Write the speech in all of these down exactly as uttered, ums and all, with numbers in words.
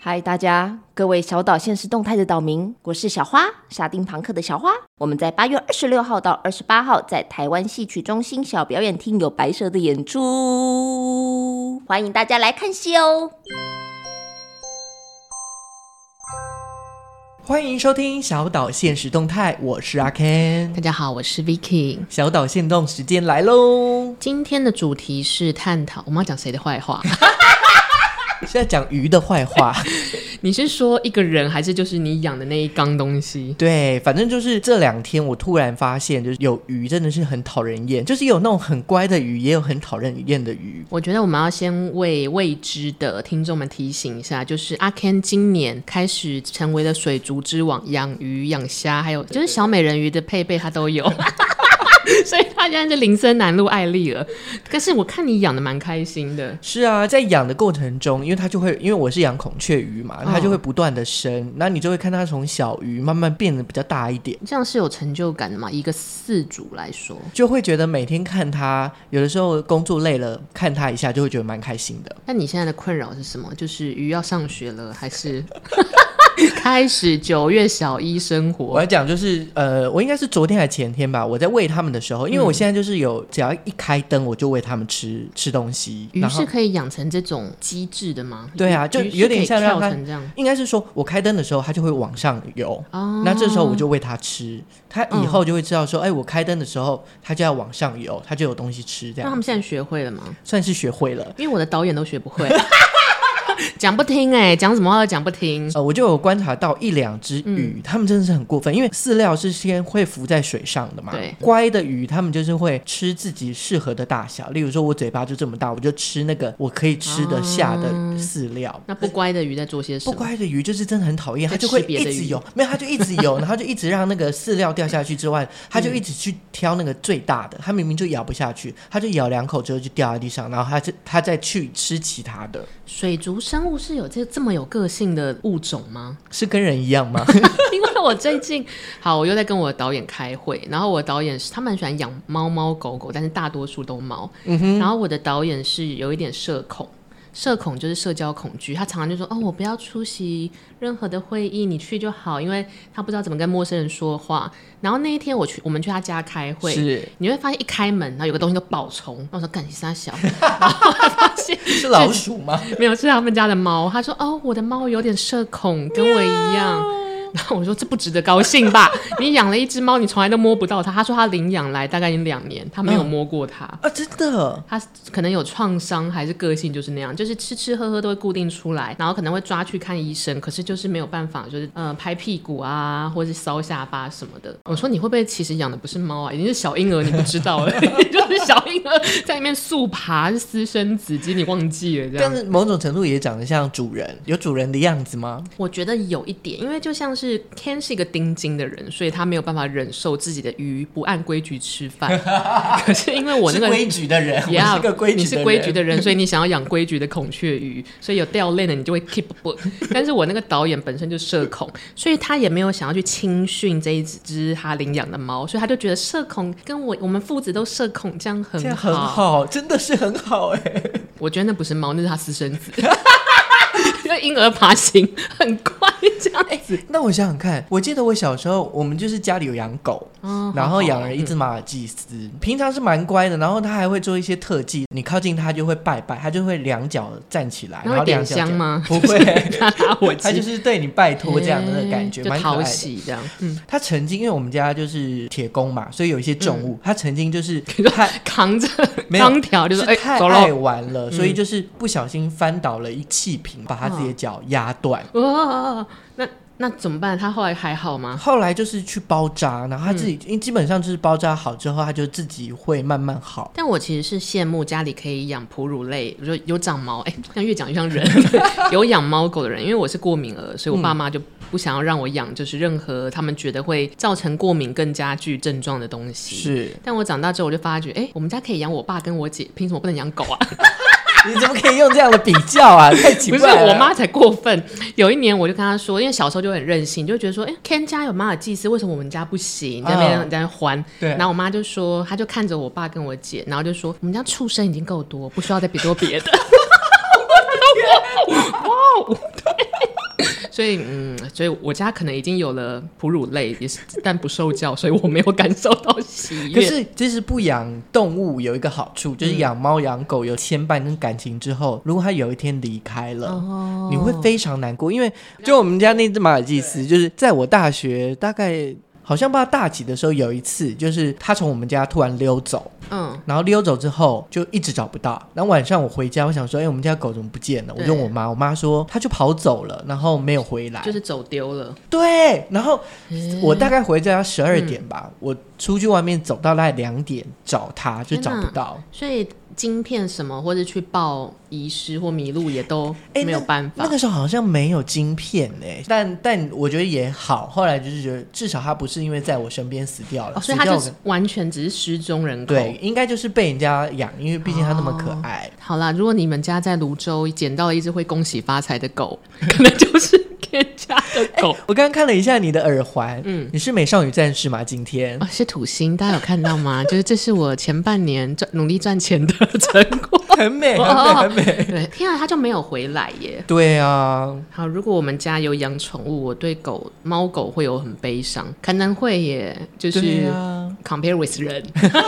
嗨，大家，各位小岛限时动态的岛民，我是小花，沙丁庞克的小花。我们在八月二十六号到二十八号在台湾戏曲中心小表演厅有白蛇的演出，欢迎大家来看戏哦。 欢迎收听小岛限时动态，我是阿 Ken。 大家好，我是 Vicky。 小岛限动时间来咯， 今天的主题是探讨，我们要讲谁的坏话？ 现在讲鱼的坏话。 你是说一个人，还是就是你养的那一缸东西？ 对，反正就是这两天我突然发现，就是有鱼真的是很讨人厌，就是有那种很乖的鱼，也有很讨人厌的鱼。 我觉得我们要先为未知的听众们提醒一下，就是阿 Ken 今年开始成为了水族之王，养鱼、养虾，还有就是小美人鱼的配备他都有。所以他现在是林森南路爱丽儿，但是我看你养的蛮开心的。 是啊，在养的过程中，因为它就会，因为我是养孔雀鱼嘛，它就会不断的生，那、哦、你就会看它从小鱼慢慢变得比较大一点， 这样是有成就感的嘛？一个饲主来说， 就会觉得每天看它，有的时候工作累了，看它一下就会觉得蛮开心的。 那你现在的困扰是什么？就是鱼要上学了，还是？开始九月小一生活。 我要讲就是呃，我应该是昨天还前天吧，我在喂他们的时候，因为我现在就是有、嗯、只要一开灯我就喂他们吃吃东西。 鱼是可以养成这种机制的吗？ 对啊，就有点像让它这样， 应该是说我开灯的时候它就会往上游、哦、那这时候我就喂它吃，它以后就会知道说哎、嗯，我开灯的时候它就要往上游，它就有东西吃这样。 那他们现在学会了吗？ 算是学会了， 因为我的导演都学不会。讲不听哎、欸，讲什么话都讲不听。 呃，我就有观察到一两只鱼、嗯，它们真的是很过分，因为饲料是先会浮在水上的嘛。对，乖的鱼，它们就是会吃自己适合的大小，例如说我嘴巴就这么大，我就吃那个我可以吃得下的饲料、嗯。 那不乖的鱼在做些什么？ 不乖的鱼就是真的很讨厌，它就会一直游，没有，它就一直游，然后就一直让那个饲料掉下去之外，它就一直去挑那个最大的，它明明就咬不下去，它就咬两口之后就掉在地上，然后它就它再去吃其他的。 水族生物是有这这么有个性的物种吗？ 是跟人一样吗？ 因为我最近好，我又在跟我的导演开会，然后我的导演是他们很喜欢养猫猫狗狗，但是大多数都猫、嗯哼，然后我的导演是有一点社恐。社恐就是社交恐惧，他常常就说哦，我不要出席任何的会议，你去就好，因为他不知道怎么跟陌生人说话。然后那一天我去，我们去他家开会，是你会发现一开门，然后有个东西都爆冲，然后我说干你三小，然后发现是老鼠吗？ 没有，是他们家的猫。他说哦，我的猫有点社恐，跟我一样。然后我说这不值得高兴吧？你养了一只猫，你从来都摸不到它。他说他领养来大概已经两年，他没有摸过它、 嗯、啊，真的？ 他可能有创伤，还是个性就是那样，就是吃吃喝喝都会固定出来，然后可能会抓去看医生，可是就是没有办法，就是呃拍屁股啊，或是搔下巴什么的。我说你会不会其实养的不是猫啊，已经是小婴儿，你不知道了，就是小婴儿在里面速爬，是私生子，其实你忘记了这样。 但是某种程度也长得像主人，有主人的样子吗？ 我觉得有一点，因为就像是。是 Ken 是一个丁金的人，所以他没有办法忍受自己的鱼不按规矩吃饭。可是因为我那个是规矩的人， yeah, 我是个规矩的人， 你是规矩的人，所以你想要养规矩的孔雀鱼，所以有掉链的你就会 keep book。但是我那个导演本身就社恐，所以他也没有想要去轻训这一只他领养的猫，所以他就觉得社恐跟我我们父子都社恐，这样很好，这样很好，真的是很好哎、欸。 我觉得那不是猫，那是他私生子。因为婴儿爬行很快这样子、欸、 那我想想看，我记得我小时候我们就是家里有养狗、哦、然后养了一只马尔济斯、嗯、平常是蛮乖的，然后他还会做一些特技，你靠近他就会拜拜，他就会两脚站起来， 然后点香吗？ 不会他就是对你拜托这样的那个感觉，蛮、欸、 可爱的，就讨喜这样、嗯、 他曾经因为我们家就是铁工嘛，所以有一些重物、嗯、他曾经就是扛着钢条就是太爱玩了、欸、所以就是不小心翻倒了一气瓶，把他自己的脚压断、 哦、那那怎么办？他后来还好吗？ 后来就是去包扎，然后他自己、嗯、基本上就是包扎好之后他就自己会慢慢好。 但我其实是羡慕家里可以养哺乳类，有有长毛，哎，像越讲越像人有养猫狗的人，因为我是过敏儿，所以我爸妈就不想要让我养就是任何他们觉得会造成过敏更加剧症状的东西。 是， 但我长大之后我就发觉，哎，我们家可以养我爸跟我姐，凭什么不能养狗啊？ 你怎么可以用这样的比较啊？太奇怪了。 不是，我妈才过分。有一年我就跟她说，因为小时候就很任性，就觉得说，哎 ，Ken 家有马尔济斯，为什么我们家不行？在那边在那还。对。然后我妈就说，她就看着我爸跟我姐，然后就说，我们家畜生已经够多，不需要再比多别的。哇哦！对。 所以嗯，所以我家可能已经有了哺乳类，也是但不受教，所以我没有感受到喜悦。 可是其实不养动物有一个好处，就是养猫养狗有牵绊跟感情之后，如果它有一天离开了、哦、你会非常难过。因为就我们家那只马尔济斯，就是在我大学大概好像不知道大几的时候，有一次就是他从我们家突然溜走，嗯，然后溜走之后就一直找不到。然后晚上我回家，我想说，哎、欸，我们家狗怎么不见了？我就问我妈，我妈说他就跑走了，然后没有回来， 就是走丢了。 对，然后我大概回家十二点吧、嗯，我出去外面走到大概两点找他，就找不到。 所以晶片什么或者去报遗失或迷路也都没有办法、欸、 那, 那个时候好像没有晶片、欸、但但我觉得也好，后来就是觉得至少他不是因为在我身边死掉了、 哦、所以他就是完全只是失踪人口。 对，应该就是被人家养，因为毕竟他那么可爱、哦、 好啦，如果你们家在泸州捡到了一只会恭喜发财的狗，可能就是人家的狗、欸、 我刚刚看了一下你的耳环，嗯，你是美少女战士吗？今天、 哦、是土星，大家有看到吗？就是这是我前半年努力赚钱的成果。 很美很美很美。 对，天啊，他就没有回来耶。 对啊。 好，如果我们家有养宠物，我对狗猫狗会有很悲伤，可能会耶，就是 compare with 人。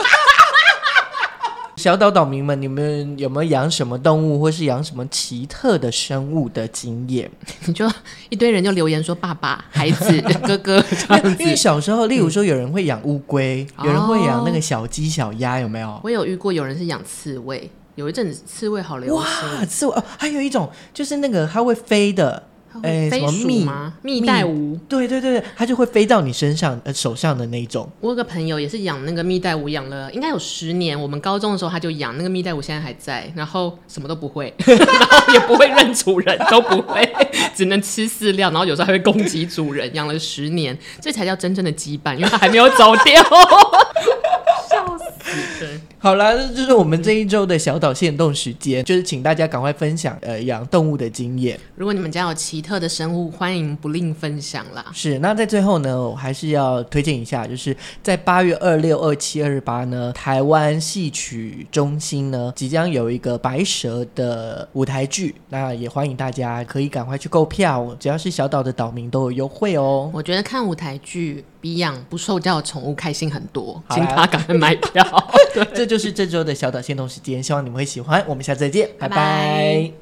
小岛岛民们，你们有没有养什么动物或是养什么奇特的生物的经验？ 你就一堆人就留言说爸爸、孩子、哥哥这样子。 因为小时候例如说有人会养乌龟、嗯、有人会养那个小鸡小鸭，有没有？ 我有遇过有人是养刺猬，有一阵子刺猬好流行。 哇，刺猬、哦、还有一种就是那个它会飞的， 哎，飞鼠吗？蜜袋鼯， 对对对，它就会飞到你身上、呃、手上的那种。 我有个朋友也是养那个蜜袋鼯，养了应该有十年。我们高中的时候他就养那个蜜袋鼯，现在还在，然后什么都不会，然后也不会认主人，都不会，只能吃饲料，然后有时候还会攻击主人。养了十年，这才叫真正的羁绊，因为他还没有走掉。笑死！对， 好啦，这就是我们这一周的小岛限动时间，就是请大家赶快分享呃养动物的经验。 如果你们家有奇特的生物，欢迎不吝分享啦。 是，那在最后呢，我还是要推荐一下，就是在八月二六、二七、二八呢，台湾戏曲中心呢即将有一个白蛇的舞台剧，那也欢迎大家可以赶快去购票，只要是小岛的岛民都有优惠哦。 我觉得看舞台剧比养不受教的宠物开心很多，请大家赶快买票。 这就是这周的小岛限动时间，希望你们会喜欢，我们下次再见，拜拜。 拜拜。